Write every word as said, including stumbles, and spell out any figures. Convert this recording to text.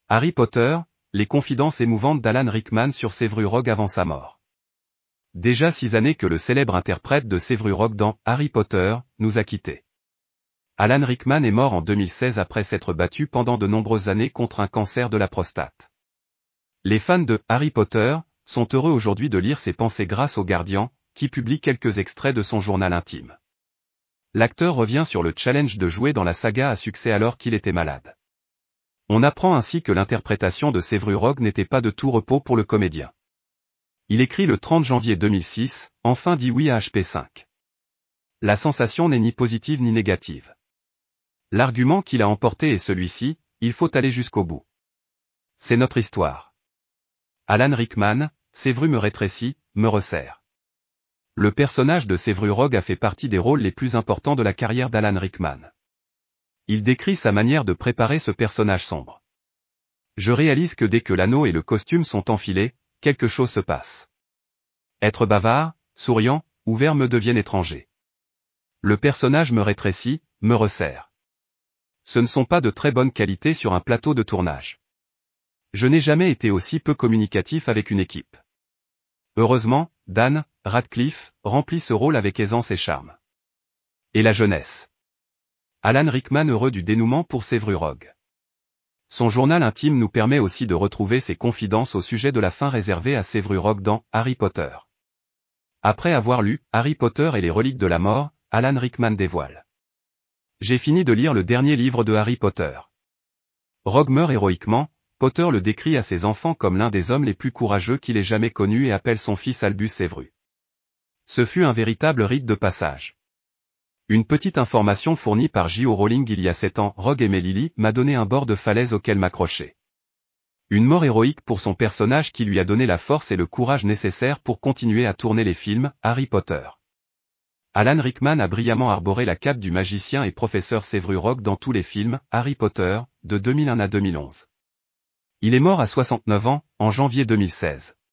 Harry Potter, les confidences émouvantes d'Alan Rickman sur Severus Rogue avant sa mort. Déjà six années que le célèbre interprète de Severus Rogue dans Harry Potter nous a quittés. Alan Rickman est mort en deux mille seize après s'être battu pendant de nombreuses années contre un cancer de la prostate. Les fans de Harry Potter sont heureux aujourd'hui de lire ses pensées grâce au Guardian, qui publie quelques extraits de son journal intime. L'acteur revient sur le challenge de jouer dans la saga à succès alors qu'il était malade. On apprend ainsi que l'interprétation de Severus Rogue n'était pas de tout repos pour le comédien. Il écrit le trente janvier deux mille six, enfin dit oui à H P cinq. La sensation n'est ni positive ni négative. L'argument qu'il a emporté est celui-ci, il faut aller jusqu'au bout. C'est notre histoire. Alan Rickman, Severus me rétrécit, me resserre. Le personnage de Severus Rogue a fait partie des rôles les plus importants de la carrière d'Alan Rickman. Il décrit sa manière de préparer ce personnage sombre. Je réalise que dès que l'anneau et le costume sont enfilés, quelque chose se passe. Être bavard, souriant, ouvert me deviennent étrangers. Le personnage me rétrécit, me resserre. Ce ne sont pas de très bonnes qualités sur un plateau de tournage. Je n'ai jamais été aussi peu communicatif avec une équipe. Heureusement, Dan Radcliffe remplit ce rôle avec aisance et charme. Et la jeunesse. Alan Rickman heureux du dénouement pour Severus Rogue. Son journal intime nous permet aussi de retrouver ses confidences au sujet de la fin réservée à Severus Rogue dans Harry Potter. Après avoir lu Harry Potter et les reliques de la mort, Alan Rickman dévoile. J'ai fini de lire le dernier livre de Harry Potter. Rogue meurt héroïquement, Potter le décrit à ses enfants comme l'un des hommes les plus courageux qu'il ait jamais connus et appelle son fils Albus Severus. Ce fut un véritable rite de passage. Une petite information fournie par J O Rowling il y a sept ans, Rogue aimait Lily, m'a donné un bord de falaise auquel m'accrocher. Une mort héroïque pour son personnage qui lui a donné la force et le courage nécessaires pour continuer à tourner les films, Harry Potter. Alan Rickman a brillamment arboré la cape du magicien et professeur Severus Rogue dans tous les films, Harry Potter, de deux mille un à deux mille onze. Il est mort à soixante-neuf ans, en janvier deux mille seize.